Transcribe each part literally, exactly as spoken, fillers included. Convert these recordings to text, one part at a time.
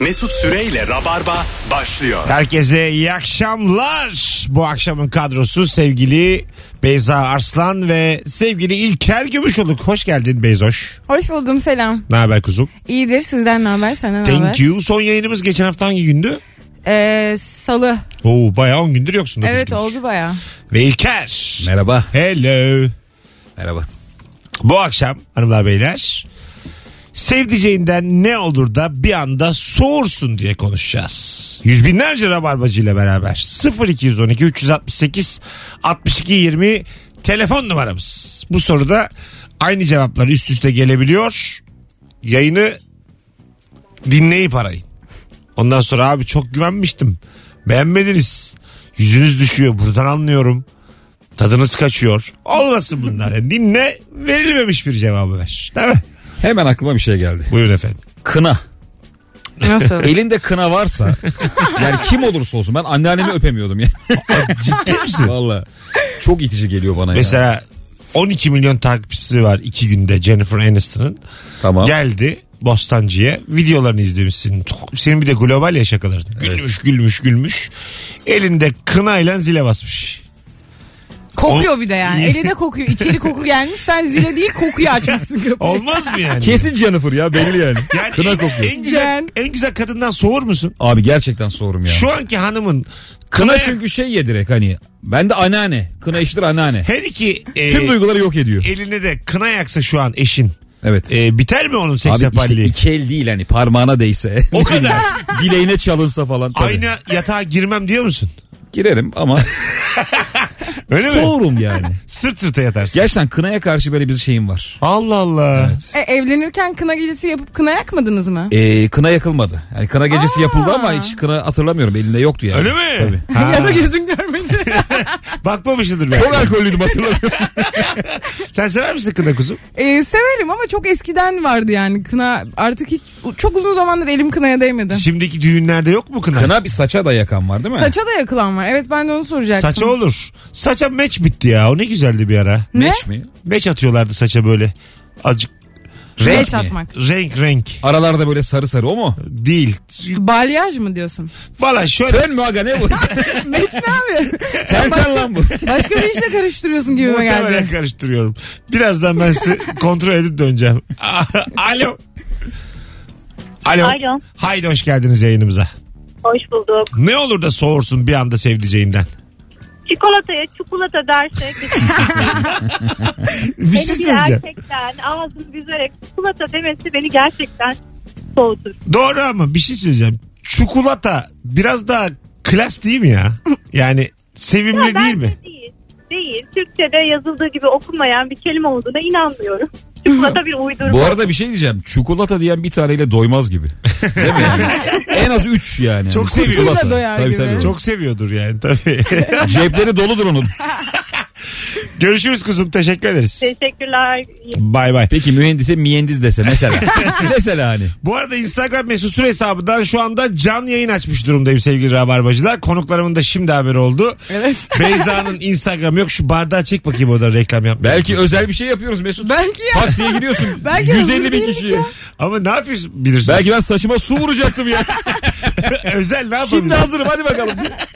Mesut Süreyle Rabarba başlıyor. Herkese iyi akşamlar. Bu akşamın kadrosu sevgili Beyza Arslan ve sevgili İlker Gümüşoluk. Hoş geldin Beyzoş. Hoş buldum, selam. Ne haber kuzum? İyidir, sizden ne haber, senden ne haber? Thank you. Son yayınımız geçen hafta hangi gündü? Ee, Salı. Oo, bayağı on gündür yoksun. Evet gündür. oldu bayağı. Ve İlker. Merhaba. Hello. Merhaba. Bu akşam hanımlar beyler sevdiceğinden ne olur da bir anda soğursun diye konuşacağız. Yüz binlerce rabarbacıyla beraber sıfır iki on iki üç altı sekiz altmış iki yirmi telefon numaramız. Bu soruda aynı cevaplar üst üste gelebiliyor. Yayını dinleyip arayın. Ondan sonra abi çok güvenmiştim, beğenmediniz, yüzünüz düşüyor, buradan anlıyorum, tadınız kaçıyor. Olmasın bunlar. Yani dinle, verilmemiş bir cevabı ver. Değil mi? Hemen aklıma bir şey geldi. Buyurun efendim. Kına. Nasıl? Elinde kına varsa yani kim olursa olsun, ben anneannemi öpemiyordum yani. Ciddi misin? Valla çok itici geliyor bana. Mesela ya. on iki milyon takipçisi var iki günde Jennifer Aniston'ın. Tamam. Geldi Bostancı'ya, videolarını izlemişsin. Senin bir de global ya şakaların. Gülmüş gülmüş gülmüş. Elinde kınayla zile basmış. Kokuyor O- bir de yani. Eli de kokuyor. İçeri koku gelmiş. Sen zile değil kokuyu açmışsın kapıyı. Olmaz mı yani? Kesin Jennifer ya, belli yani. Yani Kına en, kokuyor. en güzel, en güzel kadından soğur musun? Abi gerçekten sorum ya. Şu anki hanımın Kına kına çünkü şey yedirek hani. Ben de anneanne. Kına eşittir anneanne. her iki e, Tüm duyguları yok ediyor. eline de kına yaksa şu an eşin. Evet. E, biter mi onun seks Abi işte yapalliği? iki el değil hani, parmağına değse. O kadar. Bileğine çalınsa falan. Tabii. Aynı yatağa girmem diyor musun? Girerim ama Öyle mi? soğurum yani. Sırt sırta yatarsın. Gerçekten kınaya karşı böyle bir şeyim var. Allah Allah. Evet. E, evlenirken kına gecesi yapıp kına yakmadınız mı? Ee, kına yakılmadı. Yani kına gecesi Aa. yapıldı ama hiç kına hatırlamıyorum. Elinde yoktu yani. Öyle mi? Tabii. Ha. Ya da gözün görmedi. Bakmamışındır ben. Çok alkollüydüm, hatırlamıyorum. Sen sever misin kına kuzum? e, severim ama çok eskiden vardı yani kına. Artık hiç çok uzun zamandır elim kınaya değmedi. Şimdiki düğünlerde yok mu kına? Kına bir saça da yakan var değil mi? Saça da yakılan var. Evet, ben de onu soracaktım. Saça olur. Saça meç bitti ya. O ne güzeldi bir ara. Ne? Meç mi? Meç atıyorlardı saça böyle. Azıcık Renk Saç mi? atmak. renk renk. Aralarda böyle sarı sarı, o mu? Değil. Balyaj mı diyorsun? Valla şöyle. Fön mü aga, ne bu? Meç ne abi? Ten ten lan bu. Başka bir işle karıştırıyorsun gibi mi Muhtemelen geldi? karıştırıyorum. Birazdan ben sizi kontrol edip döneceğim. Alo. Alo. Alo. Haydi hoş geldiniz yayınımıza. Hoş bulduk. Ne olur da soğursun bir anda sevdiceğinden? Çikolataya çikolata derse Bir şey beni bir söyleyeceğim. erkekten ağzını büzerek çikolata demesi beni gerçekten soğutur. Doğru ama bir şey söyleyeceğim. Çikolata biraz daha klas değil mi ya? Yani sevimli Ya değil bence mi? Değil. Değil. Türkçe'de yazıldığı gibi okunmayan bir kelime olduğuna inanmıyorum. Çikolata bir uydurma. Bu arada bir şey diyeceğim. Çikolata diyen bir taneyle doymaz gibi. Değil mi yani? En az üç yani. Çok Yani seviyor. çikolata. Doyar Tabii, gibi. tabii. Çok seviyordur yani tabii. Cepleri doludur onun. Görüşürüz kuzum, teşekkür ederiz. Teşekkürler. Bay bay. Peki mühendise miyendiz dese mesela. Mesela hani. Bu arada Instagram mesut süre hesabından şu anda canlı yayın açmış durumdayım sevgili rabarbacılar. Konuklarımın da şimdi haberi oldu. Evet. Beyza'nın Instagram yok, şu bardağı çek bakayım, o da reklam yapmış. Belki özel bir şey yapıyoruz Mesut. Belki ya. Tak diye giriyorsun. Belki yüz elli hazır bin değildik kişiye. ya. Ama ne yapıyorsun bilirsin. Belki ben saçıma su vuracaktım ya. Özel ne yapalım? Şimdi hazırım, hadi bakalım.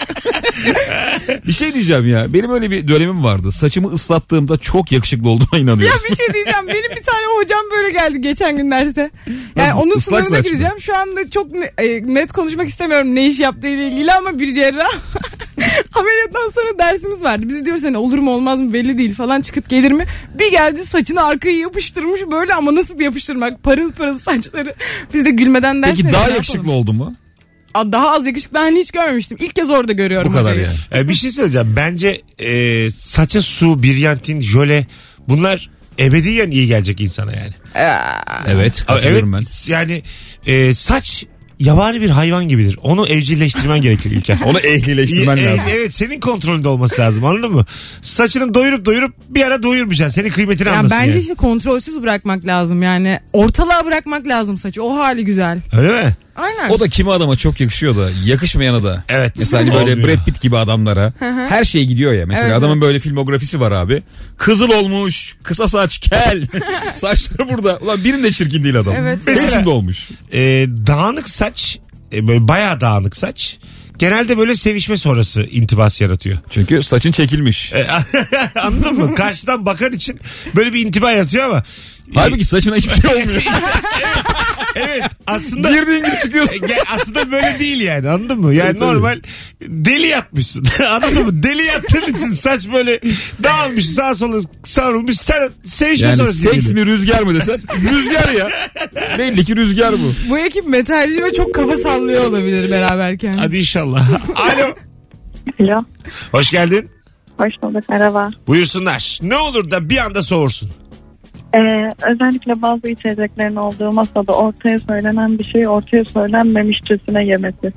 Bir şey diyeceğim ya. Benim öyle bir dönemim vardı. Saçımı ıslattığımda çok yakışıklı olduğuna Ya inanıyorum. bir şey diyeceğim. Benim bir tane hocam böyle geldi geçen gün derste. Yani Nasıl? onun Islak sınavına saç mı? gireceğim. Şu anda çok ne- e, net konuşmak istemiyorum ne iş yaptığı ile ilgili ama bir cerrah. Ameliyattan sonra dersimiz vardı. Bizi diyor, hani olur mu olmaz mı belli değil falan, çıkıp gelir mi? Bir geldi saçını arkaya yapıştırmış böyle, ama nasıl yapıştırmak? Parıl parıl saçları. Biz de gülmeden ders Peki verelim, daha ne yakışıklı yapalım? oldu mu? Aa, daha az yakışıklı ben hiç görmemiştim. İlk kez orada görüyorum. Bu kadar hocayı. yani. Ee, bir şey söyleyeceğim. Bence e, saça su, biryantin, jöle, bunlar ebediyen iyi gelecek insana yani. Evet, Ama katılıyorum ben. Yani e, saç yabani bir hayvan gibidir. Onu evcilleştirmen gerekir İlker. Onu ehlileştirmen E, lazım. Evet, senin kontrolünde olması lazım, anladın mı? Saçını doyurup doyurup bir ara doyurmayacaksın. Senin kıymetini Yani anlasın bence yani. işte kontrolsüz bırakmak lazım yani. Ortalığa bırakmak lazım saçı. O hali güzel. Öyle mi? Aynen. O da kimi adama çok yakışıyor da yakışmayana da. Evet. Mesela hani böyle Olmuyor. Brad Pitt gibi adamlara her şey gidiyor ya. Mesela Evet, adamın evet. böyle filmografisi var abi. Kızıl olmuş, kısa saç, kel. Saçları burada. Ulan birinde çirkin değil adam. Evet. Hepsinde olmuş. E, dağınık saç e, böyle bayağı dağınık saç genelde böyle sevişme sonrası intibas yaratıyor. Çünkü saçın çekilmiş. E, anladın mı? Karşıdan bakan için böyle bir intiba yaratıyor ama. Halbuki saçına hiçbir şey olmuyor. evet, evet aslında. Girdiğin gibi çıkıyorsun. E, aslında böyle değil yani, anladın mı? Yani evet, normal deli yatmışsın. Anladın mı? Deli yattığın için saç böyle dağılmış, sağa sola savrulmuş. Sen sevişme Yani sonrası seks gibi. mi rüzgar mı desen? Rüzgar ya. Belli ki rüzgar bu. Bu ekip metalci ve çok kafa sallıyor olabilir beraberken. Hadi inşallah. Alo. Alo. Hoş geldin. Hoş bulduk. Merhaba. Buyursunlar. Ne olur da bir anda soğursun. Ee, özellikle bazı içeceklerin olduğu masada ortaya söylenen bir şey ortaya söylenmemişçesine yemesi.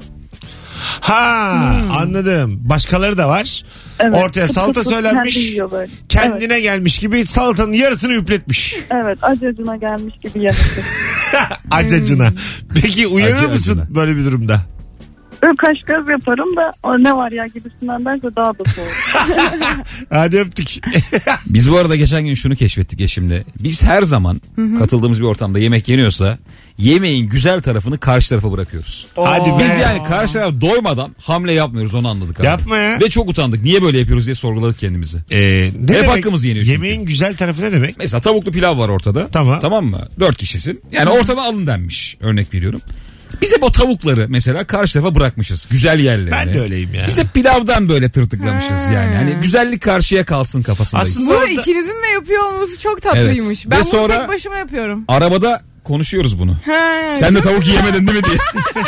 Ha hmm. anladım. Başkaları da var. Evet. Ortaya Fıt salata fıt fıt söylenmiş. kendi Kendine evet. gelmiş gibi salatanın yarısını üpletmiş. Evet, acacına gelmiş gibi yemesi. Acacına. Peki uyarır Acı mısın acına. böyle bir durumda? Kaş göz yaparım da o ne var ya gibisinden derse daha da soğur. Hadi öptük. Biz bu arada geçen gün şunu keşfettik eşimle. Biz her zaman katıldığımız bir ortamda yemek yeniyorsa yemeğin güzel tarafını karşı tarafa bırakıyoruz. Hadi be. Biz yani karşı taraf doymadan hamle yapmıyoruz, onu anladık abi. Yapma ya. Ve çok utandık. Niye böyle yapıyoruz diye sorguladık kendimizi. Ee, ne Hep demek? hakkımız yeniyor çünkü. Yemeğin güzel tarafı ne demek? Mesela tavuklu pilav var ortada. Tamam. Tamam mı? Dört kişisin. Yani ortadan alın denmiş. Örnek veriyorum. Biz hep o tavukları mesela karşı tarafa bırakmışız. Güzel yerlerine. Ben de öyleyim ya. Biz hep pilavdan böyle tırtıklamışız yani. Hani güzellik karşıya kalsın kafasındayız. Aslında Bunu orada... ikinizin de yapıyor olması çok tatlıymış. Evet. Ben Ve bunu sonra- tek başıma yapıyorum. Arabada konuşuyoruz bunu. He, Sen de tavuk yiyemedin değil mi diye.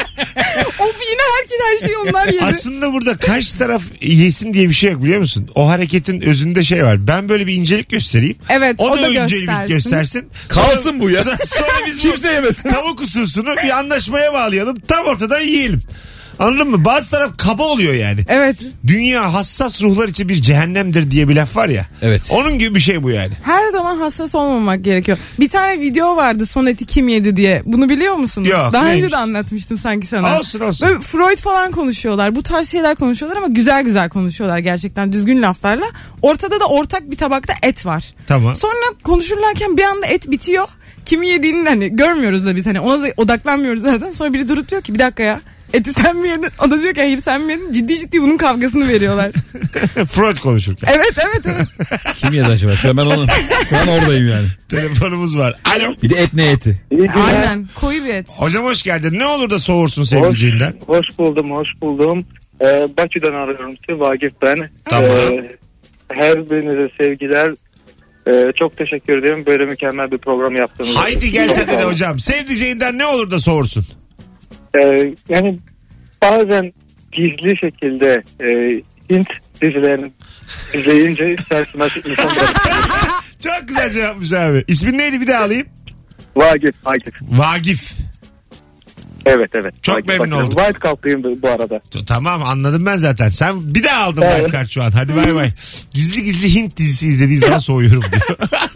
Of, yine herkes her şeyi onlar yedi. Aslında burada karşı taraf yesin diye bir şey yok, biliyor musun? O hareketin özünde şey var. Ben böyle bir incelik göstereyim. Evet, o, o da, da incelik göstersin. göstersin. Kalsın Sonra- bu ya. Sonra biz bu Kimse yemesin. tavuk hususunu bir anlaşmaya bağlayalım. Tam ortadan yiyelim. Anladın mı? Bazı taraf kaba oluyor yani. Evet. Dünya hassas ruhlar için bir cehennemdir diye bir laf var ya. Evet. Onun gibi bir şey bu yani. Her zaman hassas olmamak gerekiyor. Bir tane video vardı, son eti kim yedi diye. Bunu biliyor musunuz? Yok, Daha neymiş? önce de anlatmıştım sanki sana. Olsun olsun. Böyle Freud falan konuşuyorlar. Bu tarz şeyler konuşuyorlar ama güzel güzel konuşuyorlar gerçekten, düzgün laflarla. Ortada da ortak bir tabakta et var. Tamam. Sonra konuşurlarken bir anda et bitiyor. Kimi yediğini hani görmüyoruz da biz, hani ona da odaklanmıyoruz zaten. Sonra biri durup diyor ki bir dakika ya, eti sen mi yedin? O da diyor ki hayır sen mi yedin? Ciddi ciddi bunun kavgasını veriyorlar. Freud konuşurken. Evet evet evet. Kim yedi acaba? Şu an ben onu, şu an oradayım yani. Telefonumuz var. Alo. Bir de et ne eti? İyi günler. Aynen, koyu bir et. Hocam hoş geldin. Ne olur da soğursun Hoş, sevdiceğinden? hoş buldum, hoş buldum. Ee, Bakü'den arıyorum sizi, Vagif ben. Tamam. Ee, her birinize sevgiler. Ee, çok teşekkür ederim. Böyle mükemmel bir program yaptığınız için. Haydi gel Çok sen de sağ olun. hocam. Sevdiceğinden ne olur da soğursun? Ee, yani bazen gizli şekilde e, Hint dizilerini izleyince istersen insan bırakıyor. Çok güzel cevapmış abi. İsmin neydi, bir daha alayım? Vagif, Vagif. Vagif. Evet evet. Çok Vagif, memnun bakıyorum. oldum. White kalktayım bu arada. T- Tamam, anladım ben zaten. Sen bir daha aldın Evet. wild card şu an. Hadi bay bay. Gizli gizli Hint dizisi izlediği zaman soğuyorum diyor.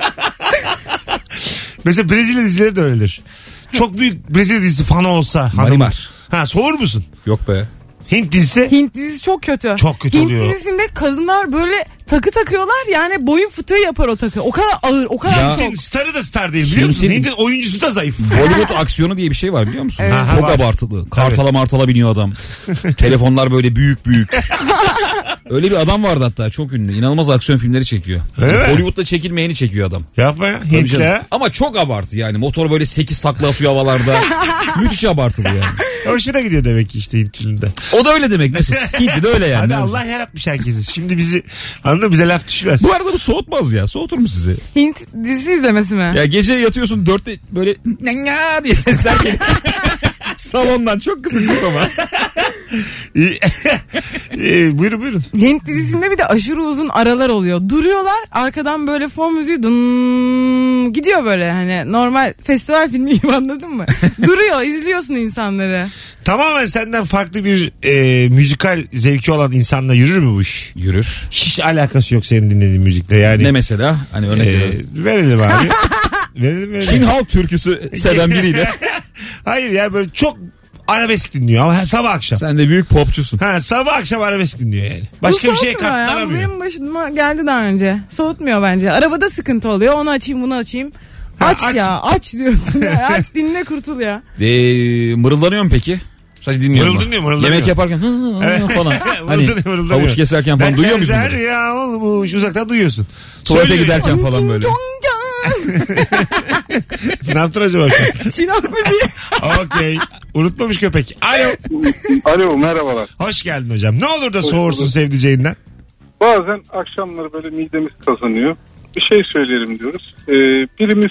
Mesela Brezilya dizileri de öyledir. Çok büyük Brezilya dizisi fanı olsa. hanım- Marimar. Ha, soğur musun? Yok be. Hint dizisi. Hint dizisi çok kötü. Çok kötü Hint oluyor. dizisinde kadınlar böyle takı takıyorlar, yani boyun fıtığı yapar o takı. O kadar ağır, o kadar Ya. çok. Hint'in starı da star değil, biliyor musun? Hint'in- Hint'in oyuncusu da zayıf. Bollywood aksiyonu diye bir şey var, biliyor musun? Evet. Aha, Çok var. abartılı. Kartala martala biniyor adam. Telefonlar böyle büyük büyük. Öyle bir adam vardı hatta, çok ünlü. İnanılmaz aksiyon filmleri çekiyor. Öyle mi? Hollywood'da çekilmeyeni çekiyor adam. Yapma ya. Tabii Hint'le. canım. Ama çok abartı yani. Motor böyle sekiz takla atıyor havalarda. Müthiş abartılı yani. Hoşuna gidiyor demek ki işte Hintli'nde. O da öyle demek Mesut. Hintli de öyle yani. Hadi Ne Allah olacak? yaratmış herkesi. Şimdi bizi, anladın mı? Bize laf düşmez. Bu arada bu soğutmaz ya. Soğutur mu sizi? Hint dizisi izlemesi mi? Ya gece yatıyorsun dörtte böyle nga diye sesler geliyor. Salondan çok kısık ses ama. İyi. İyi, buyurun buyurun. Hint dizisinde bir de aşırı uzun aralar oluyor. Duruyorlar, arkadan böyle fon müziği dın gidiyor böyle, hani normal festival filmi gibi, anladın mı? Duruyor, izliyorsun insanları. Tamamen senden farklı bir e, müzikal zevki olan insanla yürür mü bu iş? Yürür. Hiç alakası yok senin dinlediğin müzikle yani. Ne mesela? Hani örnek E, veriyorum. verelim abi. verelim verelim. Çin halk türküsü seven biriyle. Hayır ya, böyle çok arabesk dinliyor ama sabah akşam. Sen de büyük popçusun. Ha, sabah akşam arabesk dinliyor yani. Başka Bu bir şeye soğutmuyor ya. Bu katlanamıyor. benim başıma geldi daha önce. Soğutmuyor bence. Arabada sıkıntı oluyor. Onu açayım, bunu açayım. Ha, Aç, aç. ya, aç diyorsun ya. Aç, dinle, kurtul ya. Ee, mırıldanıyor mu peki? Sadece dinliyorum. Mırıldanıyor, mırıldanıyor. Yemek yaparken hı hı hı falan. Hani Mırıldanıyor, mırıldanıyor. havuç keserken falan Ben duyuyor musun? der ya olmuş. Uzaktan duyuyorsun. Tuvalete Söylüyor. giderken falan böyle. Ne yaptın acaba şu an? Çin halk müziği. Okey. Unutmamış köpek. Alo. Alo merhabalar. Hoş geldin hocam. Ne olur da Hoş soğursun bulduk. sevdiceğinden. Bazen akşamları böyle midemiz kazanıyor. Bir şey söyleyelim diyoruz. Ee, birimiz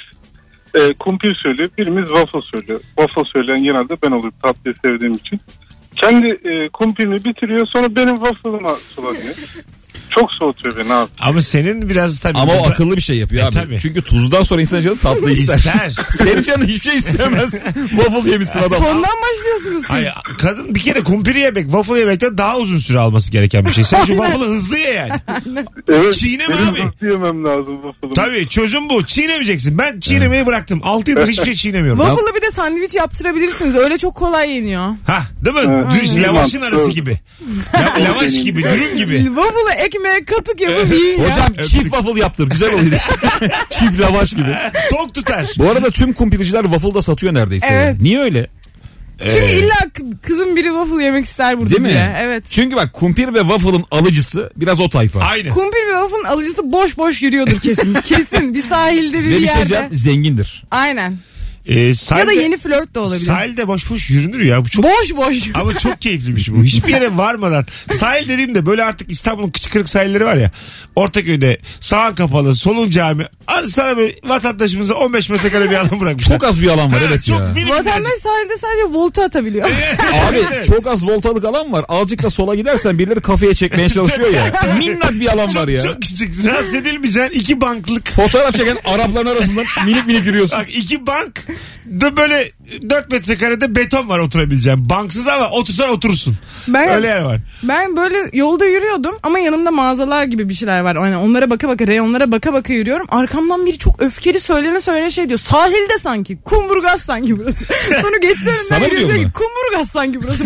e, kumpir söylüyor, birimiz waffle söylüyor. Waffle söyleyen genelde ben olurum tatlıyı sevdiğim için. Kendi e, kumpirini bitiriyor, sonra benim waffle'ıma sulanıyor. Çok soğutuyor beni abi. Ama senin biraz tabii. Ama o burada- akıllı bir şey yapıyor E, abi. tabii. Çünkü tuzdan sonra insan canı tatlı ister. İster. Senin canın hiçbir şey istemez. Waffle yemişsin adam. Sondan başlıyorsunuz siz. Hayır, kadın bir kere kumpiri yemek, waffle yemekten daha uzun süre alması gereken bir şey. Sen şu waffle'ı hızlı ye yani. Evet, Çiğneme benim abi. hızlı yemem lazım waffle'ımı. Tabii çözüm bu. Çiğnemeyeceksin. Ben çiğnemeyi bıraktım. altı yıldır hiçbir şey çiğnemiyorum. Waffle'ı bir de sandviç yaptırabilirsiniz. Öyle çok kolay yeniyor. Ha, değil mi? Evet. Düz Aynen. lavaşın arası Evet. gibi. La, lavaş gibi, dürüm gibi. Waffle'ı ekmeğe katık yapıp yiyin ya. Hocam çift waffle yaptır. Güzel oluyor. Çift lavaş gibi. Tok tutar. Bu arada tüm kumpirciler waffle da satıyor neredeyse. Evet. Niye öyle? Çünkü Ee, illa k- kızım biri waffle yemek ister burada Değil mi? diye. Evet. Çünkü bak kumpir ve waffle'ın alıcısı biraz o tayfa. Aynı. Kumpir ve waffle'ın alıcısı boş boş yürüyordur kesin. Kesin bir sahilde bir Ve bir şey yerde. diyeceğim, zengindir. Aynen. Ee, Ya sahilde, da yeni flört de olabilir. Sahilde boş boş yürünür ya. Bu çok Boş boş. Ama çok keyifliymiş bu. Hiçbir yere varmadan. Sahil dediğimde böyle artık İstanbul'un kıçı kırık sahilleri var ya. Ortaköy'de sağın kapalı, solun cami. Hadi sana bir vatandaşımıza on beş metrekare bir alan bırakmışlar. Çok az bir alan var Ha, evet çok ya. minik Vatandaş birazcık. sahilde sadece volta atabiliyor. Abi çok az voltalık alan var. Azıcık da sola gidersen birileri kafeye çekmeye çalışıyor ya. Minnak bir alan var ya. Çok küçük. Rahatsız edilmeyeceksin. iki banklık. Fotoğraf çeken Arapların arasından minik minik yürüyorsun. Bak iki bank da böyle dört metrekarede beton var oturabileceğim. Banksız ama otursan oturursun. Ben- Öyle yer var. Ben böyle yolda yürüyordum ama yanımda mağazalar gibi bir şeyler var. Yani onlara baka baka, reyonlara baka baka yürüyorum. Arkamdan biri çok öfkeli söylene söylene şey diyor. Sahilde sanki. Kumburgaz sanki burası. Sonra geçti önünden Sana yürüyor diyor diyor mu? ki kumburgaz sanki burası.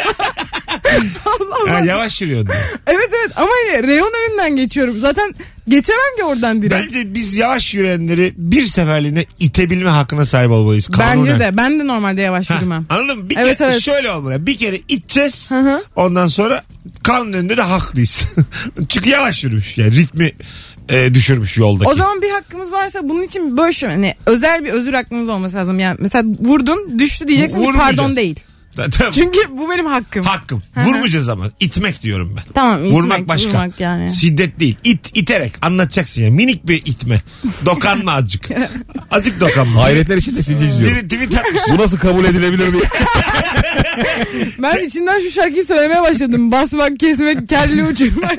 Allah Allah. Ha, yavaş yürüyordun. Evet evet ama hani reyon önünden geçiyorum. Zaten geçemem ki oradan direkt. Bence biz yavaş yürüyenleri bir seferliğine itebilme hakkına sahip olmalıyız. Kanunen. Bence de. Ben de normalde yavaş Ha, yürümem. anladın mı? Bir Evet, kere evet. şöyle olmalı. Bir kere iteceğiz. Hı hı. Ondan sonra kanun önünde de haklıyız. Çünkü yavaş yürümüş. Yani ritmi e, düşürmüş yoldaki. O zaman bir hakkımız varsa bunun için böyle şey, hani özel bir özür hakkımız olması lazım. Yani mesela vurdun, düştü diyeceksin ki Vurmayacağız. pardon değil. Ta- ta- Çünkü bu benim hakkım. Hakkım. Hı hı. Vurmayacağız ama. İtmek diyorum ben. Tamam, itmek, Vurmak başka. vurmak yani. Şiddet değil. İt, iterek anlatacaksın ya. Minik bir itme. Dokanma azıcık. Azıcık dokanma. Hayretler içinde sizi izliyorum. Biri tweet atmış. Bu nasıl kabul edilebilir diye. Ben içimden şu şarkıyı söylemeye başladım. Basmak, kesmek, kelle uçurmak.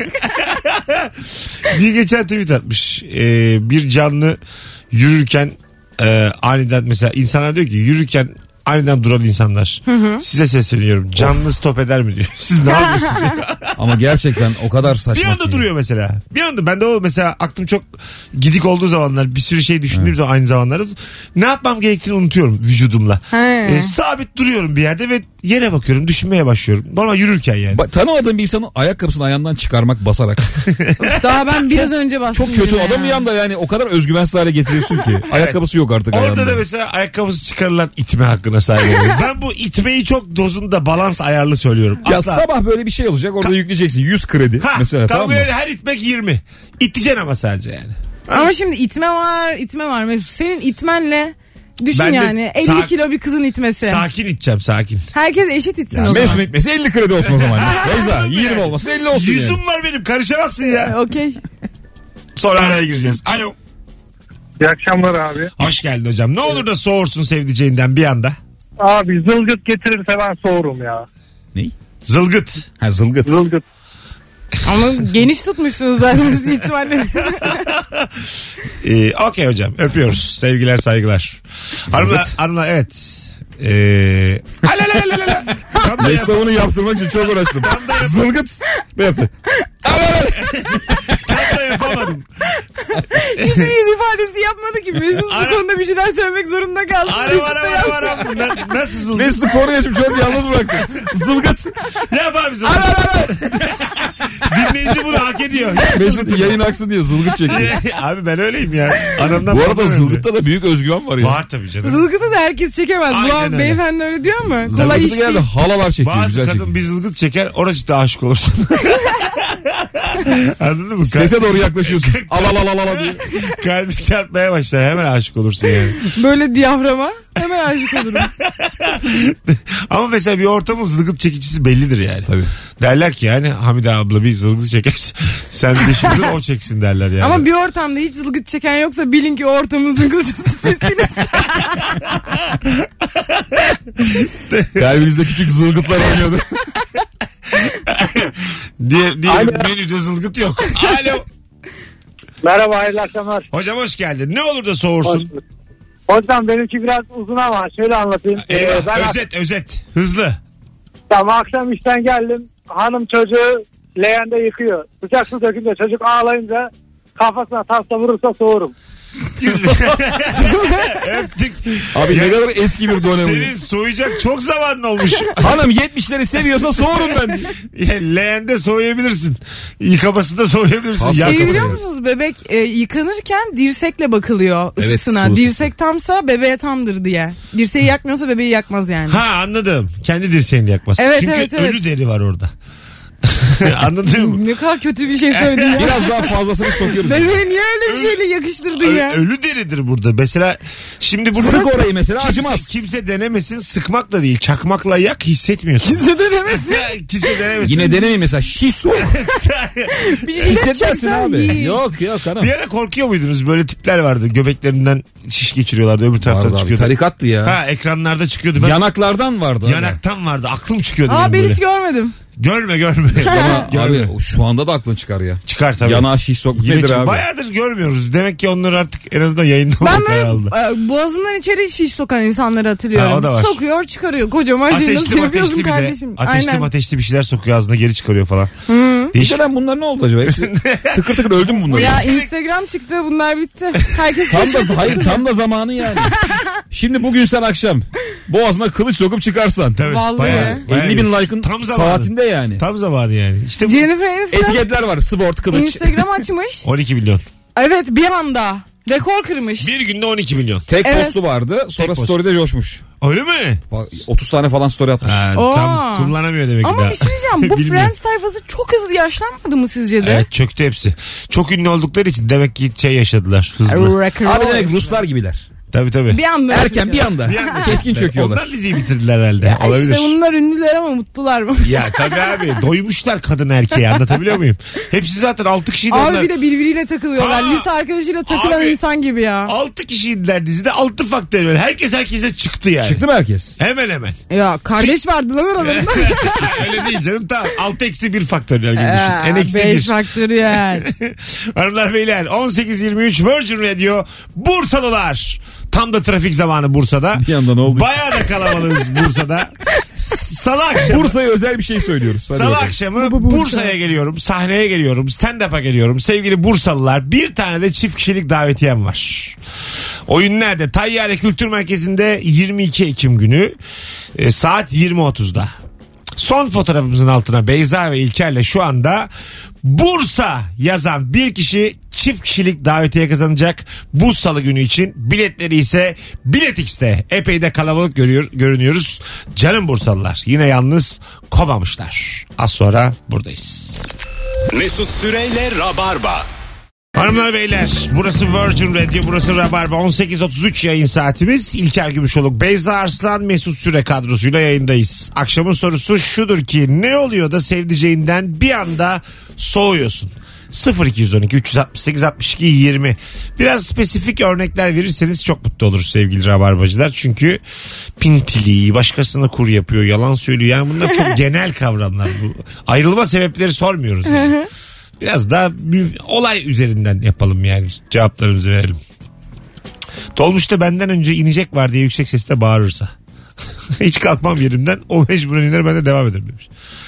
Bir geçen tweet atmış. Ee, bir canlı yürürken e, aniden mesela insanlar diyor ki yürürken aniden duran insanlar. Size sesleniyorum. Canlı stop eder mi diyor. Siz ne yapıyorsunuz diyor. Ama gerçekten o kadar saçma Bir anda ki. duruyor mesela. Bir anda ben de o mesela aklım çok gidik olduğu zamanlar bir sürü şey düşündüğüm zaman aynı zamanlarda ne yapmam gerektiğini unutuyorum vücudumla. He. Ee, sabit duruyorum bir yerde ve yere bakıyorum düşünmeye başlıyorum. Normal yürürken yani. Ba- tanımadığın bir insanın ayakkabısını ayağından çıkarmak basarak. Daha ben biraz önce bastım. Çok kötü yine adam bir ya. yanda yani o kadar özgüvensiz hale getiriyorsun ki. Ayakkabısı yok artık ayağında. Orada da mesela ayakkabısı çıkarılan itme hakkına sahip oluyorum. Ben bu itmeyi çok dozunda balans ayarlı söylüyorum. Ya Asla. sabah böyle bir şey olacak orada yükleyeceksin yüz kredi Ha, mesela tamam mı? kavgaya her itmek yirmi. İteceksin ama sadece yani. Ama şimdi itme var, itme var. Mesut senin itmenle düşün Ben de yani elli sak- kilo bir kızın itmesi. Sakin iteceğim sakin. Herkes eşit itsin o zaman. Mesut etmesi elli kredi olsun o zaman. Beyza Anladın mı yirmi yani? olmasın elli olsun Yüzüm yani. var benim karışamazsın ya. Okey. Sonra araya gireceğiz. Alo. İyi akşamlar abi. Hoş geldin hocam. Ne olur da soğursun sevdiceğinden bir anda. Abi zılgıt getirirse ben soğurum ya. Ne? Zılgıt. Ha zılgıt. Zılgıt. Ama geniş tutmuşsunuz zaten siz ihtimalle. Ee, Okey hocam öpüyoruz. Sevgiler saygılar. Hanımlar, hanımlar evet. Ee, alalala. Tam da yap- Mesut'a bunu yaptırmak için çok uğraştım. Zılgıt. Ne yaptı? tam da yapamadım. Hiçbir yüz ifadesi yapmadı ki. Mesut Ara- bu konuda bir şeyler söylemek zorunda kaldı. Ara Mesut var da ara yaptı. var ara. Na- Nasıl zılgıt? Mesut'u konuya şimdi çok yalnız bıraktım. Zılgıt. Yap abi zılgıt. Dinleyin dinleyici bunu hak ediyor. Mesut yayın aksın diye zılgıt çekiyor. Abi ben öyleyim ya. Anamdan Bu arada babamdan zılgıtta da büyük özgüven var ya. Var tabii canım. Zılgıtı da herkes çekemez. Aynen Bu öyle. beyefendi öyle diyor mu? Kolay Zılgıtı iş geldi değil. halalar çekiyor. Bazı Güzel kadın çekiyor. bir zılgıt çeker orası da aşık olursun. Anladın mı? Sese doğru yaklaşıyorsun. Al al al al al diye. Kalbi çarpmaya başlar hemen aşık olursun yani. Böyle diyaframa hemen aşık olurum. Ama mesela bir ortamın zılgıt çekicisi bellidir yani. Tabii. Derler ki yani Hamide abla bir zılgıt çekersin. Sen de şimdi o çeksin derler yani. Ama bir ortamda hiç zılgıt çeken yoksa bilin ki o ortamın zılgıtçısı sizsiniz. Kalbinizde küçük zılgıtlar oynuyordu. diye, diye Alo. menüde zılgıt yok. Alo. Merhaba, hayırlı akşamlar. Hocam hoş geldin. Ne olur da soğursun. Hocam benimki biraz uzun ama şöyle anlatayım. Eyvah, Ee, ben özet özet. Hızlı. akşam, akşam işten geldim. Hanım çocuğu leğende yıkıyor. Sıcak su dökünce çocuk ağlayınca kafasına tasla vurursa soğurum. Öptük. Abi Ya, ne kadar eski bir dönem. senin soğuyacak çok zamanın olmuş. Hanım yetmişleri seviyorsa soğurum ben. Ya, leğende soğuyabilirsin. Yıkamasında soğuyabilirsin. Tasla Yakmasında. Şey biliyor musunuz bebek e, yıkanırken dirsekle bakılıyor Evet, ısısına. su ısısı. Dirsek tamsa bebeğe tamdır diye. Dirseği yakmıyorsa bebeği yakmaz yani. Ha anladım. Kendi dirseğini yakmasın. Evet, Çünkü evet, evet. ölü deri var orada. Anladın mı? Ne kadar kötü bir şey söyledin ya. Biraz daha fazlasını sokuyoruz. Bebeğe niye öyle bir şeyle yakıştırdın Ö- ya? ölü deridir burada. Mesela şimdi burada Sık orayı mesela kimse, acımaz. kimse denemesin. Sıkmakla değil. Çakmakla yak hissetmiyorsun. Kimse de demesin. kimse denemesin. Yine denemeyin mesela şiş soğuk. Bir jilet Hissetmezsin çeksen abi. iyi. Yok yok hanım. Bir ara korkuyor muydunuz? Böyle tipler vardı. Göbeklerinden şiş geçiriyorlardı. Öbür taraftan Vardı abi, çıkıyordu. tarikattı ya. Ha ekranlarda çıkıyordu. Ben Yanaklardan vardı. abi. yanaktan vardı. Aklım çıkıyordu. Aa benim ben böyle. hiç görmedim. Görme görme. Ama Görme. abi şu anda da aklın çıkar ya. Çıkar tabii. Yanağa şiş sokmak Yine nedir çık- abi? Bayağıdır görmüyoruz. Demek ki onlar artık en azından yayında Ben olmak böyle aldı. e, boğazından içeri şiş sokan insanları hatırlıyorum. Ha, o da var. Sokuyor çıkarıyor. Kocaman şey nasıl Ateşli yapıyorsun ateşli bir de. kardeşim? Ateşli Aynen. ateşli bir şeyler sokuyor ağzına geri çıkarıyor falan. Bir Değişik. dönem bunlar ne oldu acaba? Hepsi tıkır tıkır öldü mü bunlar? Ya Instagram çıktı bunlar bitti. Herkes Tam keşfetti. da hayır tam da zamanı yani. Şimdi bugün sen akşam boğazına kılıç sokup çıkarsan. Tabii, Vallahi. bayağı- bayağı elli bin iyi. like'ın Tam zamanı. saatinde yani. Tam zamanı yani. İşte bu Jennifer Aniston Etiketler var. Sport kılıç. Instagram açmış. on iki milyon. Evet bir anda. Rekor kırmış. Bir günde on iki milyon. Tek Evet. postu vardı. Sonra post. story'de coşmuş. Öyle mi? otuz tane falan story atmış. Ha, Oo. tam kullanamıyor demek ki Ama daha. bir şey diyeceğim. Bu Bilmiyorum. Friends tayfası çok hızlı yaşlanmadı mı sizce de? Evet çöktü hepsi. Çok ünlü oldukları için demek ki şey yaşadılar hızlı. Rock and Abi roll. demek Ruslar gibiler. Tabii tabii. Bir anda. Erken bir anda. Bir anda Keskin çöktüler. çöküyorlar. Onlar diziyi bitirdiler herhalde. Ya Olabilir. İşte bunlar ünlüler ama mutlular mı? Ya tabii abi doymuşlar kadın erkeğe anlatabiliyor muyum? Hepsi zaten altı kişiydi Abi onlar. bir de birbiriyle takılıyorlar. Ha. Lise arkadaşıyla takılan Abi. insan gibi ya. altı kişiydiler dizide altı faktöriyel. Herkes herkese çıktı yani. Çıktı mı herkes? Hemen hemen. Ya kardeş vardı lan aralarında. Öyle değil canım tamam. altı eksi bir faktöriyel gibi düşün. Aa, En eksi beş bir. faktöriyel. Hanımlar beyler on sekiz yirmi üç Virgin Radio Bursalılar. Tam da trafik zamanı Bursa'da. Bir anda ne oldu? Bayağı da kalabalığız Bursa'da. S- Salı akşamı. Bursa'ya özel bir şey söylüyoruz. Hadi Salı bakalım. akşamı Bu- bu Bursa. Bursa'ya geliyorum. Sahneye geliyorum. Stand-up'a geliyorum. Sevgili Bursalılar bir tane de çift kişilik davetiyem var. Oyun nerede? Tayyare Kültür Merkezi'nde yirmi iki Ekim günü e, saat yirmi otuzda. Son fotoğrafımızın altına Beyza ve İlker'le şu anda Bursa yazan bir kişi çift kişilik davetiye kazanacak bu salı günü için. Biletleri ise Bilet X'te. Epey de kalabalık görüyor, görünüyoruz. Canım Bursalılar. Yine yalnız komamışlar. Az sonra buradayız. Mesut Süreyle Rabarba. Hanımlar beyler burası Virgin Radio, burası Rabarba. on sekiz otuz üç yayın saatimiz. İlker Gümüşoluk, Beyza Arslan, Mesut Süre kadrosuyla yayındayız. Akşamın sorusu şudur ki ne oluyor da sevdiceğinden bir anda soğuyorsun? sıfır iki on iki üç altı sekiz altmış iki yirmi. Biraz spesifik örnekler verirseniz çok mutlu oluruz sevgili Rabarbacılar. Çünkü pintili, başkasına kur yapıyor, yalan söylüyor. Yani bunlar çok genel kavramlar. Bu ayrılma sebepleri sormuyoruz yani. Biraz daha bir olay üzerinden yapalım yani cevaplarımızı verelim. Dolmuşta benden önce inecek var diye yüksek sesle bağırırsa. Hiç kalkmam yerimden, o mecburen iner, ben de devam ederim demiş.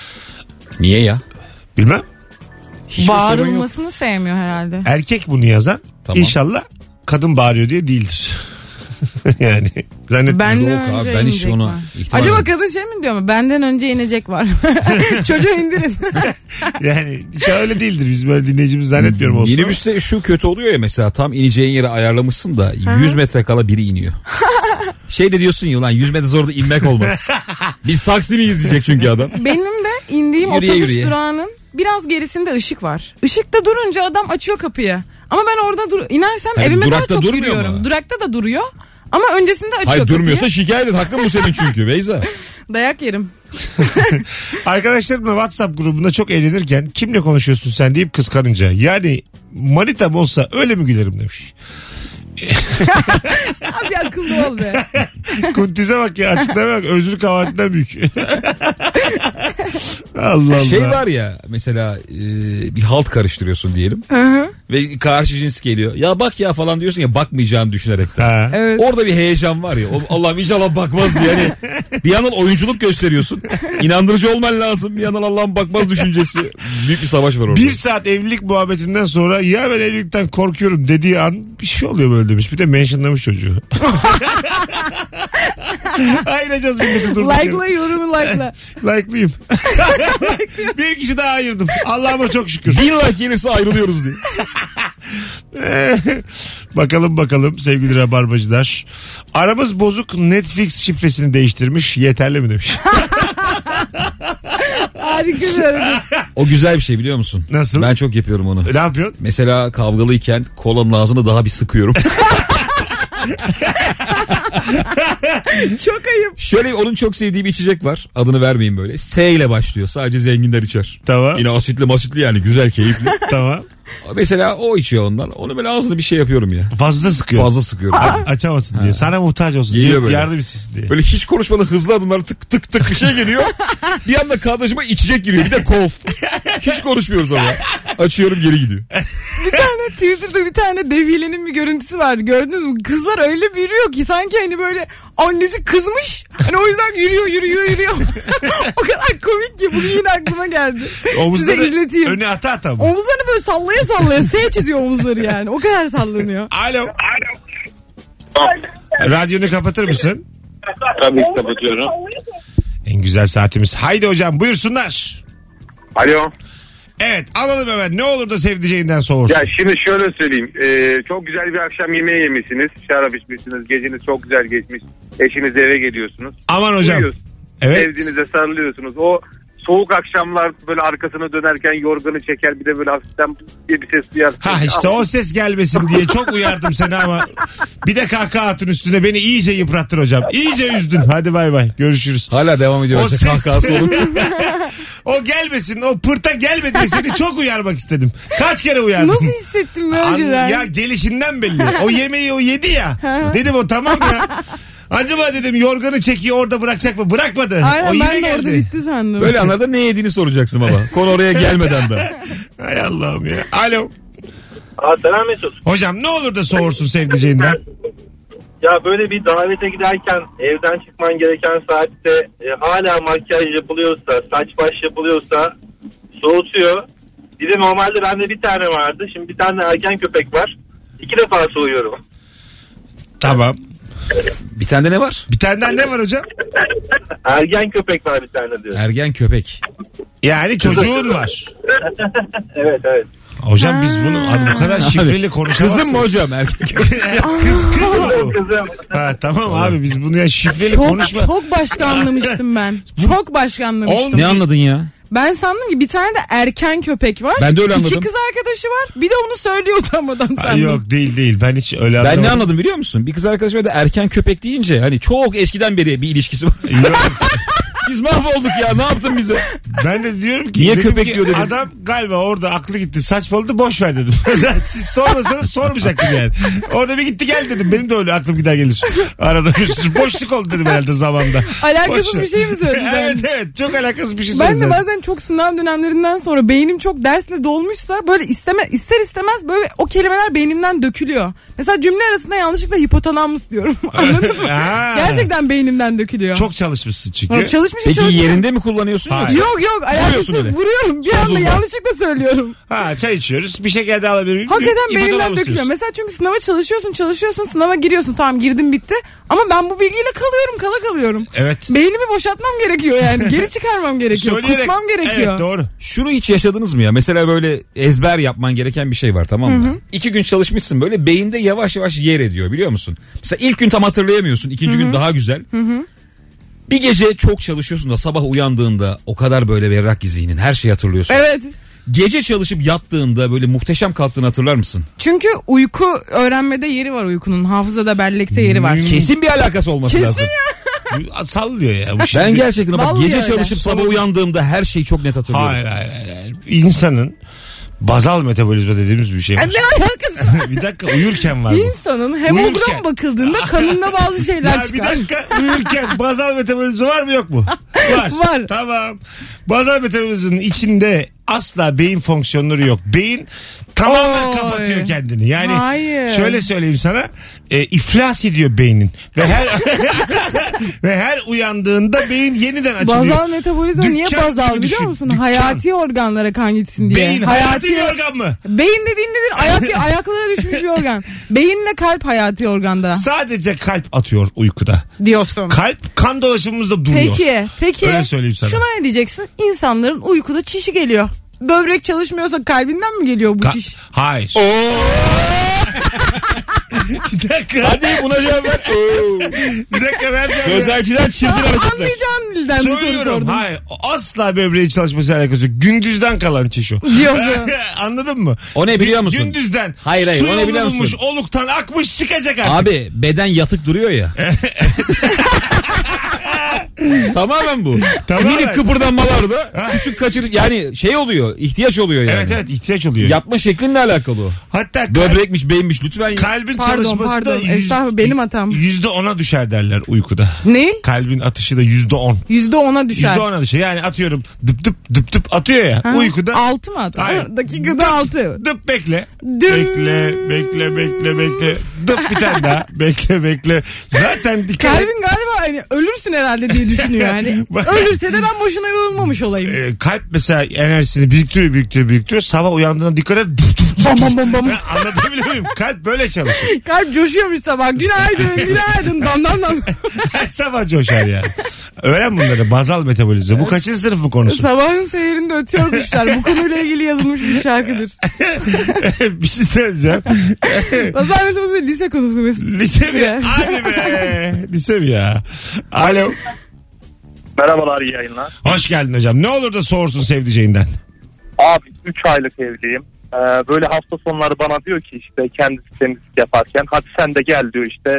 Niye ya? Bilmem. Hiçbir sorun yok. Bağırılmasını sevmiyor herhalde. Erkek bunu yazan Tamam. inşallah kadın bağırıyor diye değildir. Yani zannetmiyorum. Benden Yok önce abi, ben hiç inecek onu var. ihtimal Acaba etmiyorum. kadın şey mi diyor mu? Benden önce inecek var. Çocuğu indirin. Yani şöyle değildir. Biz böyle dinleyicimiz zannetmiyorum olsun. Minibüste şu kötü oluyor ya, mesela tam ineceğin yere ayarlamışsın da yüz metre kala biri iniyor. Şey de diyorsun ya, ulan yüz metre sonra da inmek olmaz. Biz taksi miyiz diyecek çünkü adam. Benim de indiğim Yürüye otobüs yürüye. durağının biraz gerisinde ışık var. Işıkta durunca adam açıyor kapıyı. Ama ben orada dur inersem Hayır, evime daha durakta çok durmuyor yürüyorum. mu? Durakta da duruyor. Ama öncesinde açıyor Hayır, kapıyı. durmuyorsa şikayet et. Hakkın bu senin çünkü Beyza. Dayak yerim. Arkadaşlarımla WhatsApp grubunda çok eğlenirken kimle konuşuyorsun sen deyip kıskanınca. Yani manitam olsa öyle mi gülerim demiş. Abi akıllı ol be. Kuntize bak ya, açıklama bak, özür kavatinden büyük. Allah Allah. Şey var ya mesela, e, bir halt karıştırıyorsun diyelim. Ve karşı cins geliyor. Ya bak ya falan diyorsun ya, bakmayacağını düşünerek de. Ha. Evet. Orada bir heyecan var ya. o- Allah'ım inşallah bakmaz diye. Yani bir yandan oyunculuk gösteriyorsun. İnandırıcı olman lazım. Bir yandan Allah'ım bakmaz düşüncesi. Büyük bir savaş var orada. Bir saat evlilik muhabbetinden sonra ya ben evlilikten korkuyorum dediği an bir şey oluyor böyle demiş. Bir de mentionlamış çocuğu. Ayıracağız milleti durduk yere. Like'la yorumu like'la. Like'lıyım. Bir kişi daha ayırdım. Allah'ıma çok şükür. Bin like gelirse ayrılıyoruz diye. Bakalım bakalım sevgili rabarbacılar. Aramız bozuk, Netflix şifresini değiştirmiş. Yeterli mi demiş. Harika bir hareket. O güzel bir şey, biliyor musun? Nasıl? Ben çok yapıyorum onu. Ne yapıyorsun? Mesela kavgalıyken kolanın ağzını daha bir sıkıyorum. Çok ayıp. Şöyle, onun çok sevdiği bir içecek var. Adını vermeyeyim böyle. S ile başlıyor. Sadece zenginler içer. Tamam. Yine asitli masitli, yani güzel, keyifli. Tamam. Mesela o içiyor ondan. Onu böyle ağzına bir şey yapıyorum ya. Fazla sıkıyor. Fazla sıkıyorum. A- açamasın diye. Sana muhtaç olsun Geliyor diye. böyle. Yardım istesin diye. Böyle hiç konuşmadan hızlı adımlar, tık tık tık bir şey geliyor. Bir anda kardeşime içecek giriyor. Bir de kof. Hiç konuşmuyoruz ama. Açıyorum, geri gidiyor. Bir tane Twitter'da bir tane devilenin bir görüntüsü var. Gördünüz mü? Kızlar öyle bir yürüyor ki sanki hani böyle annesi kızmış. Hani o yüzden yürüyor yürüyor yürüyor. O kadar komik ki bugün yine aklıma geldi. Omuzları Size izleteyim. öne ata ata mı? Omuzlarını böyle sallaya sallaya S çiziyor omuzları yani. O kadar sallanıyor. Alo. Radyonu kapatır mısın? Tabii ki kapatıyorum. En güzel saatimiz. Haydi hocam buyursunlar. Alo. Evet, alalım hemen. Ne olur da sevdiceğinden soğursun. Ya şimdi şöyle söyleyeyim. Ee, çok güzel bir akşam yemeği yemişsiniz. Şarap içmişsiniz. Geceniz çok güzel geçmiş. Eşiniz eve geliyorsunuz. Aman hocam. Uyuyorsunuz. Evet. Sevdiğinize sarılıyorsunuz. O soğuk akşamlar böyle arkasına dönerken yorganı çeker, bir de böyle hafiften diye bir ses duyarsın. Ha işte o ses gelmesin diye çok uyardım seni ama bir de kahkaha atın üstüne, beni iyice yıprattın hocam. İyice üzdün. Hadi bay bay. Görüşürüz. Hala devam ediyor. O Bence ses- kahkahası olur. O gelmesin, o pırta gelme diye seni çok uyarmak istedim. Kaç kere uyardım. Nasıl hissettim ben An- önceden? Ya gelişinden belli. O yemeği o yedi ya. Dedim o tamam ya. Acaba dedim yorganı çekiyor orada bırakacak mı? Bırakmadı. Aynen, o yine ben de geldi. orada bitti sandım. Böyle anlarda ne yediğini soracaksın baba. Konu oraya gelmeden de. Hay Allah'ım ya. Alo. Aa, selam Mesut. Hocam ne olur da soğursun sevdiceğinden. Ya böyle bir davete giderken evden çıkman gereken saatte e, hala makyaj yapılıyorsa, saç baş yapılıyorsa soğutuyor. Bir de normalde bende bir tane vardı. Şimdi bir tane erken köpek var. İki defa soğuyorum. Tamam. Bir tane de ne var? Bir tane daha ne var hocam? Ergen köpek var bir tane diyor. Ergen köpek. Yani çocuğun var. Evet evet. Hocam biz bunu hani bu kadar şifreli konuşamazsın. Kızım mı hocam ergen köpek? Kız kız mı bu? Kızım. Ha, tamam abi biz bunu ya şifreli Çok, konuşma. çok başka anlamıştım ben. Çok başka anlamıştım. Ne anladın ya? Ben sandım ki bir tane de erken köpek var. Ben de öyle anladım. İki kız arkadaşı var. Bir de onu söylüyor utanmadan sandım. Ay, yok değil değil ben hiç öyle Ben ne anlamadım. anladım biliyor musun? Bir kız arkadaşıma da erken köpek deyince hani çok eskiden beri bir ilişkisi var. Yok. Biz mahvolduk ya, ne yaptın bize? Ben de diyorum ki, Niye dedim köpek ki, diyor dedim. adam galiba orada aklı gitti, saçmaladı, boş ver dedim. Siz sormasanız sormayacaktım yani. Orada bir gitti gel dedim. Benim de öyle aklım gider gelir. Arada bir boşluk oldu dedim herhalde zamanda. Alakasız Boş ver. bir şey mi söyledin? Evet evet çok alakasız bir şey Ben söyledim. de bazen çok sınav dönemlerinden sonra beynim çok dersle dolmuşsa böyle isteme, ister istemez böyle o kelimeler beynimden dökülüyor. Mesela cümle arasında yanlışlıkla hipotalamus diyorum. Anladın mı? Ha. Gerçekten beynimden dökülüyor. Çok çalışmışsın çünkü. Çalışmışım çalışmışım Peki çalışmışım. yerinde mi kullanıyorsun? Hayır. yoksa? Yok yok ayaküstü öyle. vuruyorum. Bir Sonsuzda. anda yanlışlıkla söylüyorum. Ha çay içiyoruz. Bir şeker daha alabilir miyim? Hakikaten İpotolamı beynimden istiyorsun. dökülüyor. Mesela çünkü sınava çalışıyorsun çalışıyorsun sınava giriyorsun tamam girdim bitti. Ama ben bu bilgiyle kalıyorum kala kalıyorum. Evet. Beynimi boşaltmam gerekiyor yani. Geri çıkarmam gerekiyor. Söyleyerek- Kusmam gerekiyor. Evet doğru. Şunu hiç yaşadınız mı ya? Mesela böyle ezber yapman gereken bir şey var, tamam mı? Hı hı. İki gün çalışmışsın, böyle beyinde yavaş yavaş yer ediyor, biliyor musun? Mesela ilk gün tam hatırlayamıyorsun. İkinci hı hı. gün daha güzel. Hı hı. Bir gece çok çalışıyorsun da sabah uyandığında o kadar böyle berrak ki zihnin, her şeyi hatırlıyorsun. Evet. Gece çalışıp yattığında böyle muhteşem kalktığını hatırlar mısın? Çünkü uyku öğrenmede yeri var uykunun. Hafızada bellekte yeri var. Hmm. Kesin bir alakası olması Kesin lazım. ya. Sallıyor ya. Bu şimdi... Ben gerçekten bak, Vallahi gece öyle. çalışıp sabah uyandığımda her şeyi çok net hatırlıyorum. Hayır hayır hayır. hayır. İnsanın bazal metabolizma dediğimiz bir şey var. Ay, ne alakası var? Bir dakika uyurken var bu. İnsanın hemogram Uyurken. bakıldığında kanında bazı şeyler Ya bir çıkar. dakika uyurken bazal metabolizma var mı yok mu? Var. Var. Tamam. Bazal metabolizmanın içinde asla beyin fonksiyonları yok. Beyin tamamen Oy. kapatıyor kendini. Yani Hayır. şöyle söyleyeyim sana, e, iflas ediyor beynin ve her ve her uyandığında beyin yeniden açılıyor. Bazal metabolizma niye Dükkan bazal gibi biliyor düşün, musun? dükkan. Hayati organlara kan gitsin diye. Beyin hayati bir organ mı? Beyin dediğin nedir? Ayak, ayaklara düşmüş bir organ. Beyinle kalp hayati organda Sadece kalp atıyor uykuda. diyorsun. Kalp kan dolaşımımızda duruyor. Peki, peki. Öyle söyleyeyim sana. Şuna ne diyeceksin? İnsanların uykuda çişi geliyor. Böbrek çalışmıyorsa kalbinden mi geliyor bu Ka- çiş? Hayır. Bir dakika. Hadi buna cevap ver. Bir dakika ver. Sözelciden çirkin hareketler. Anlayacağın dilden bir soru Söylüyorum. sordum. Hayır. Asla böbreği çalışması alakası yok. Gündüzden kalan çiş o. Diyorsun. Anladın mı? O ne biliyor musun? Gündüzden. Hayır, hayır, su o ne yolunu biliyor musun? bulmuş, oluktan akmış çıkacak artık. Abi beden yatık duruyor ya. Tamamen bu. Tamamen. Minik kıpırdanmalarda küçük kaçır yani şey oluyor, ihtiyaç oluyor yani. Evet evet ihtiyaç oluyor. Yapma şeklinle alakalı o. Hatta kalp, Böbrekmiş, beyinmiş lütfen. kalbin Pardon, çalışması pardon. da yüz- Estağfurullah, benim hatam. yüzde ona düşer derler uykuda. Ne? Kalbin atışı da yüzde on. Yüzde ona düşer. Yüzde ona düşer. Yani atıyorum dıp dıp dıp dıp atıyor ya. Ha, Uykuda. Altı mı at? Hayır. Ha, dakikada altı. Dıp bekle. Düm. Bekle, bekle, bekle, bekle. Dıp bir tane daha. Bekle, bekle. Zaten dikkat et. Kalbin galiba hani ölürsün herhalde diye düşünüyor yani. Ölürse de ben boşuna yorulmamış olayım. Ee, kalp mesela enerjisini biriktiriyor, biriktiriyor, biriktiriyor. Sabah uyandığında dikkat et. Bam bam bam bam. Anlatabiliyor muyum? Kalp böyle çalışır. Kalp coşuyormuş sabah. Günaydın, günaydın. Dan dan dan. Her sabah coşar ya. Öğren bunları. Bazal metabolizma. Bu kaçıncı sınıfın konusu? Sabahın seherinde ötüyor kuşlar. Bu konuyla ilgili yazılmış bir şarkıdır. Bir şey söyleyeceğim. Bazal metabolizma lise konusu mesela. Lise mi? Hadi be. Lise mi ya? Alo. Merhabalar, iyi yayınlar. Hoş geldin hocam. Ne olur da soğursun sevdiceğinden. Abi üç aylık evliyim. Ee, böyle hafta sonları bana diyor ki işte kendisi temizlik yaparken hadi sen de gel diyor işte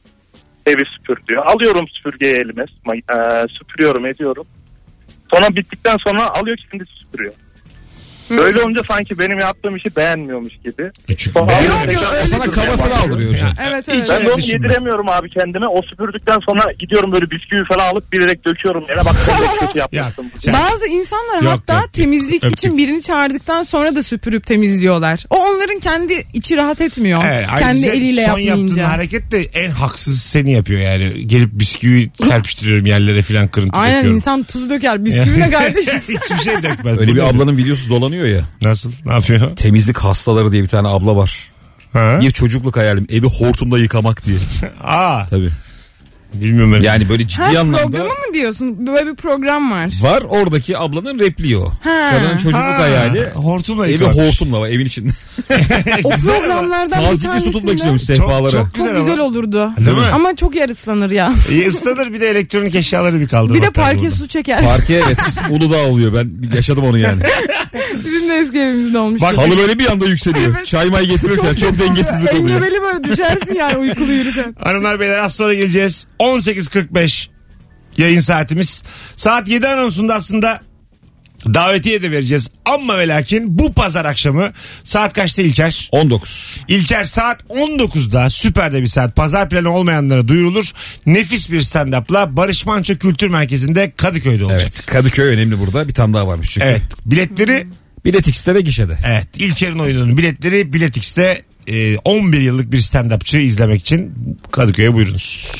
evi süpür diyor. Alıyorum süpürgeyi elime, e, süpürüyorum ediyorum. Sonra bittikten sonra alıyor kendisi süpürüyor. Böyle olunca sanki benim yaptığım işi beğenmiyormuş gibi. Çünkü Sonra Yok, tekrar yok, O sana süpürmeye kafasını başlıyor. aldırıyor hocam. Evet Hiç evet. Ben de onu düşünme. yediremiyorum abi kendime. O süpürdükten sonra gidiyorum böyle bisküvi falan alıp bilerek döküyorum. Yine bak sen de kötü Ya, yapmışsın. sen- Bazı insanlar Yok, hatta yok, yok. temizlik Öptük. için birini çağırdıktan sonra da süpürüp temizliyorlar. O onların kendi içi rahat etmiyor. Evet, kendi ayrıca eliyle son yaptığın yapmayınca. hareket de en haksız seni yapıyor yani. Gelip bisküvi serpiştiriyorum yerlere filan, kırıntı Aynen, döküyorum. insan tuz döker. Bisküvine kardeşim. Hiçbir şey dökmez. Öyle Bu bir nedir? ablanın videosu dolanıyor ya. Nasıl? Ne yapıyor? Temizlik hastaları diye bir tane abla var. Ha? Bir çocukluk hayalim evi hortumda yıkamak diye. Aa, Tabii. bilmiyorum ben. Yani böyle ciddi Ha, anlamda programı mı diyorsun? Böyle bir program var. var, oradaki ablanın repliği o. Ha. Kadının çocukluk Ha, hayali hortumla evi yıkamak. hortumla var evin içinde. O Güzel ama. programlardan bir Tazikli su tanesinde tutmak istiyormuş Çok, sehpalara. çok çok güzel, güzel ama. olurdu. Değil mi? Ama çok yer ıslanır ya. İyi ıslanır, bir de elektronik eşyaları bir kaldırmak. Bir de lazım parke orada. su çeker. Parke evet. Uludağ oluyor. Ben yaşadım onu yani. Bizim de eski evimizde olmuş. Bak- Halı böyle bir anda yükseliyor. Evet. Çay may getirirken çok dengesizlik oluyor. Engebeli böyle düşersin yani uykulu yürüsen. Hanımlar beyler az sonra geleceğiz. on sekiz kırk beş yayın saatimiz. Saat yedi anonsunda aslında davetiye de vereceğiz. Ama ve lakin bu pazar akşamı saat kaçta İlker? on dokuz. İlker saat on dokuzda süperde bir saat, pazar planı olmayanlara duyurulur. Nefis bir stand-up'la Barış Manço Kültür Merkezi'nde Kadıköy'de olacak. Evet. Kadıköy önemli burada. Bir tane daha varmış çünkü. Evet. Biletleri Bilet X'te ve gişede. evet İlker'in oyununun biletleri Bilet X'te, e, on bir yıllık bir stand-upçı izlemek için Kadıköy'e buyurunuz.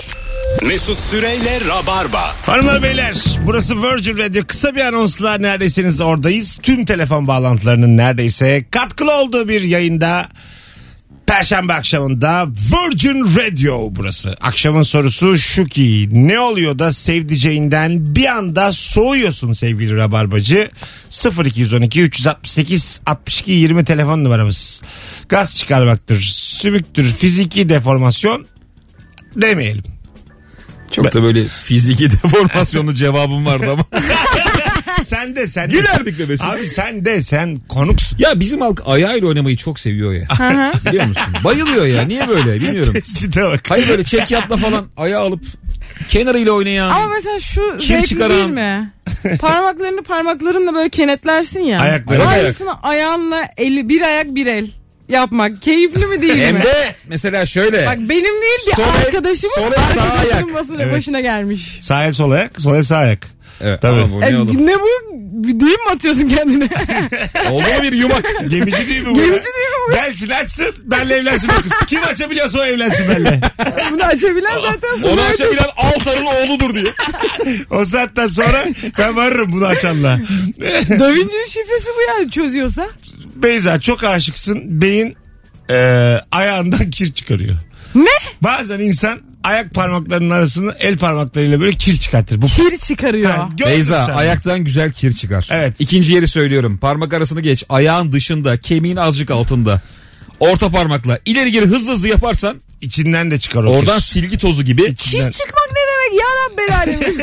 Mesut Süreyle Rabarba. Hanımlar beyler, burası Virgin Radio. Kısa bir anonsla neredesiniz oradayız. Tüm telefon bağlantılarının neredeyse katkılı olduğu bir yayında. Perşembe akşamında Virgin Radio burası. Akşamın sorusu şu ki, ne oluyor da sevdiceğinden bir anda soğuyorsun sevgili Rabarbacı? sıfır iki on iki üç altı sekiz altmış iki yirmi telefon numaramız. Gaz çıkarmaktır, sümüktür, fiziki deformasyon demeyelim. Çok ben... da böyle fiziki deformasyonlu cevabım vardı ama. Sen de sen de. Gülerdik be Mesut. Abi sen de sen konuksun. Ya bizim halk ayağıyla oynamayı çok seviyor ya. Biliyor musun? Bayılıyor ya. Niye böyle bilmiyorum. Bak. Hayır böyle çek yatla falan ayağı alıp kenarıyla oynayan. Ama mesela şu zevkli değil mi? Parmaklarını parmaklarınla böyle kenetlersin ya. Ayakları. Aynısını ayağınla eli, bir ayak bir el yapmak keyifli mi değil Hem mi? Hem de mesela şöyle. Bak benim değil bir sol arkadaşımın el, sol el, arkadaşımın basına evet. başına gelmiş. Sağ el sol ayak, sol el sağ ayak. Evet. Tabii. Bu ne, e, ne bu? Bir düğüm mü atıyorsun kendine? Oldu mu bir yumak? Gemici değil mi bu? Gemici değil mi bu? Gelsin açsın, benle evlensin o kız. Kim açabiliyorsa o evlensin benle. Bunu açabilen zaten. Onu açabilen Altar'ın oğludur diye. O saatten sonra ben varırım bunu açanla. Da Vinci'nin şifresi bu yani, çözüyorsa. Beyza, çok aşıksın. Beyin e, ayağından kir çıkarıyor. Ne? Bazen insan ayak parmaklarının arasını el parmaklarıyla böyle kir çıkartır. Bu kir çıkarıyor. Ha, Beyza, sen. ayaktan güzel kir çıkar. Evet. İkinci yeri söylüyorum. Parmak arasını geç. Ayağın dışında, kemiğin azıcık altında. Orta parmakla ileri geri hızlı hızlı yaparsan içinden de çıkar o oradan kir. silgi tozu gibi. İçinden... Kir çıkmak ne demek ya Rabbel alemin?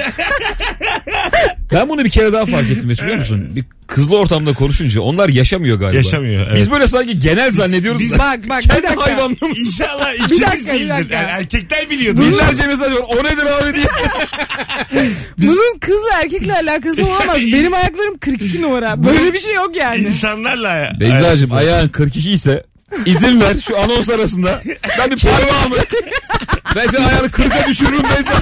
Ben bunu bir kere daha fark ettim biliyor musun? Bir kızlı ortamda konuşunca onlar yaşamıyor galiba. Yaşamıyor, evet. Biz böyle sanki genel zannediyoruz. Biz, da. bak bak Kendi bir dakika. hayvanlığımız. İnşallah Bir ikimiz dakika, bir değildir. dakika. Yani erkekler biliyordu. Binlerce mesaj var. O nedir abi diye. Biz... Bunun kızla erkekle alakası olamaz. Benim ayaklarım kırk iki numara. Böyle bir şey yok yani. İnsanlarla. Beyza'cığım ayağın kırk iki ise izin ver şu anons arasında. Ben bir parmağımı. Ben senin ayağını kırka düşürürüm Beyza.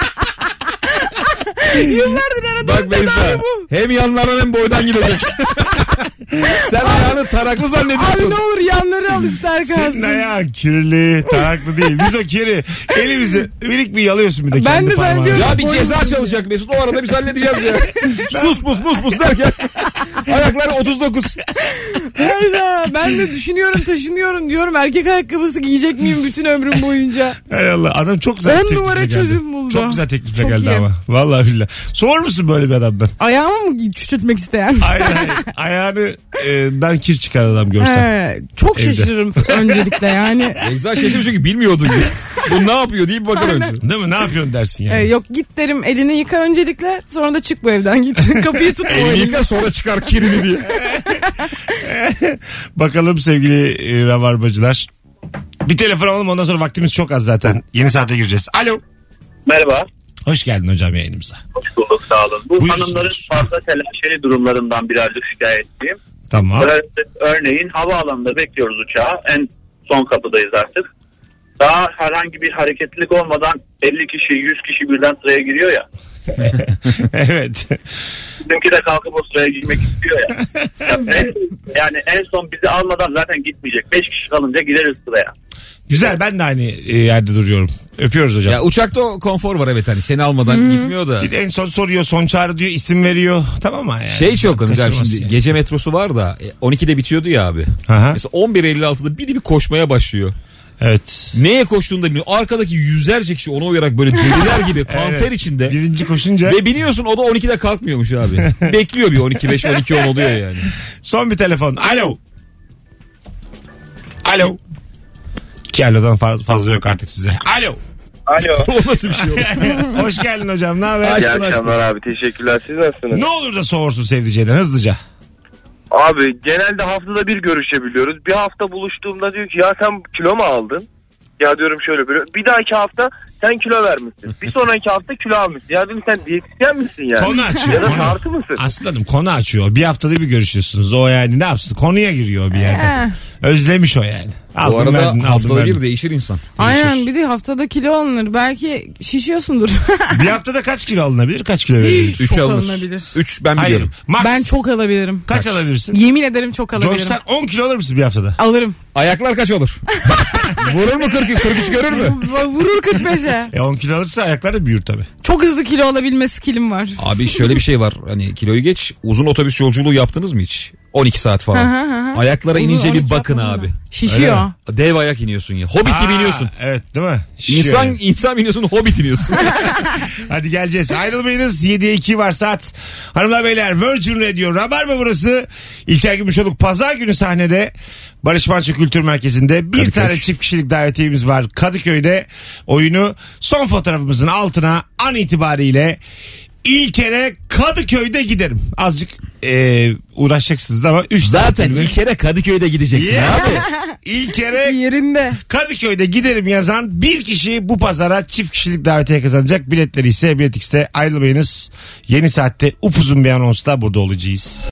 Yıllardır aradığım Bak Beyza, bu. hem yanlardan hem boydan gidecek. Sen ayağını taraklı zannediyorsun. Abi ne olur yanları al ister kalsın. Senin ayağın kirli, taraklı değil. Biz o kiri elimizi minik bir yalıyorsun bir de Ben kendi de parmağını. zannediyorum. Ya bir ceza çalacak Mesut, o arada biz halledeceğiz ya. Sus pus pus pus derken ayakları otuz dokuz. Hayda, ben de düşünüyorum taşınıyorum diyorum, erkek ayakkabısı giyecek miyim bütün ömrüm boyunca. Hay Allah, adam çok güzel On teklifle numara geldi. çözüm buldu. Çok güzel teklifle Çok geldi iyi. ama. Vallahi billahi. Soğur musun böyle bir adamdan? Ayağımı mı küçültmek isteyen? Aynen. Ayağını e, dan kir çıkar adam görsen. He, çok Evde. şaşırırım öncelikle yani. Beyza şaşırmış çünkü bilmiyordun ya. Bu ne yapıyor deyip bakar önce. Değil mi? Ne yapıyorsun dersin yani. Ee, yok git derim, elini yıka öncelikle, sonra da çık bu evden git. Kapıyı tut. Elini yıka sonra çıkar kirini diye. Bakalım sevgili e, rabarbacılar. Bir telefon alalım, ondan sonra vaktimiz çok az zaten. Yeni saate gireceğiz. Alo. Merhaba. Hoş geldin hocam yayınımıza. Hoş bulduk, sağ olun. Bu Buyursunlar. hanımların fazla telaşeli durumlarından birazcık şikayetçiyim. Tamam. Ör- Örneğin havaalanında bekliyoruz uçağı. En son kapıdayız artık. Daha herhangi bir hareketlilik olmadan elli kişi yüz kişi birden sıraya giriyor ya. Evet. Bizimki de kalkıp o sıraya girmek istiyor ya. ya en, yani en son bizi almadan zaten gitmeyecek. beş kişi kalınca gireriz sıraya. Güzel, ben de aynı e, yerde duruyorum. Öpüyoruz hocam. Ya uçakta o konfor var evet, hani seni almadan Hmm. gitmiyor da. En son soruyor, son çağrı diyor, isim veriyor. Tamam mı yani? Şey çok komik abi, Kaçırmaz şimdi yani. gece metrosu var da e, on ikide bitiyordu ya abi. Aha. Mesela on bir elli altıda biri bir koşmaya başlıyor. Evet. Neye koştuğunu da bilmiyor. Arkadaki yüzlerce kişi ona uyarak böyle deliler gibi kanter Evet. içinde. Birinci koşunca. Ve biniyorsun, o da on ikide kalkmıyormuş abi. Bekliyor bir on iki beş on iki on oluyor yani. Son bir telefon. Alo. Alo. İki alodan faz- fazla yok artık size. Alo. Alo. O nasıl bir şey olur? Hoş geldin hocam. Ne haber? İyi akşamlar abi, teşekkürler. Siz nasılsınız? Ne olur da soğursun sevdiceğinden hızlıca. Abi genelde haftada bir görüşebiliyoruz. Bir hafta buluştuğumda diyor ki ya sen kilo mu aldın? Ya diyorum şöyle böyle. Bir dahaki hafta sen kilo vermişsin. Bir sonraki hafta kilo almışsın. Ya dedim sen diyetisyen misin yani? Konu açıyor. Ya da Konu. tartı mısın? Aslanım konu açıyor. Bir haftada bir görüşüyorsunuz. O yani ne yapsın? Konuya giriyor bir yerde. Özlemiş o yani. Aldın, Bu arada verdin, aldın, haftada verdin. bir değişir insan. Aynen, bir de haftada kilo alınır. Belki şişiyorsundur. Bir haftada kaç kilo alınabilir? Kaç kilo verilir? Üç Çok alınır. alınabilir. Üç ben Hayır. biliyorum. Max. Ben çok alabilirim. Kaç, Kaç? alabilirsin? Yemin ederim çok alabilirim. Coşsan on kilo alır mısın bir haftada? Alırım. Ayaklar kaç olur? Vurur mu kırk, kırk üç görür mü? Vurur kırk beşe. E on kilo alırsa ayaklar da büyür tabii. Çok hızlı kilo alabilme skillim var. Abi şöyle bir şey var. Hani kiloyu geç. Uzun otobüs yolculuğu yaptınız mı hiç? on iki saat falan. Hı hı hı. Ayaklara Uzun inince on bir iki bakın yapmadım abi. da. Şişiyor. Dev ayak iniyorsun ya. Hobbit gibi Aa, iniyorsun. Evet değil mi? Şişiyor İnsan yani. insan iniyorsun, hobbit iniyorsun. Hadi geleceğiz. Ayrılmayınız. yediye iki var saat. Hanımlar beyler, Virgin Radio Rabarba burası. İlker Gümüşoluk pazar günü sahnede Barış Manço Kültür Merkezi'nde bir Kadıköy. tane çift kişilik davetiyemiz var. Kadıköy'de oyunu son fotoğrafımızın altına an itibariyle İlker'e Kadıköy'de giderim. Azıcık e, uğraşacaksınız ama üç Zaten ilk kere Kadıköy'de gideceksin Yeah. abi. İlker'e Yerinde. Kadıköy'de giderim yazan bir kişi bu pazara çift kişilik davetiye kazanacak. Biletleri ise Bilet X'te. Ayrılmayınız. Yeni saatte upuzun bir anonsla burada olacağız.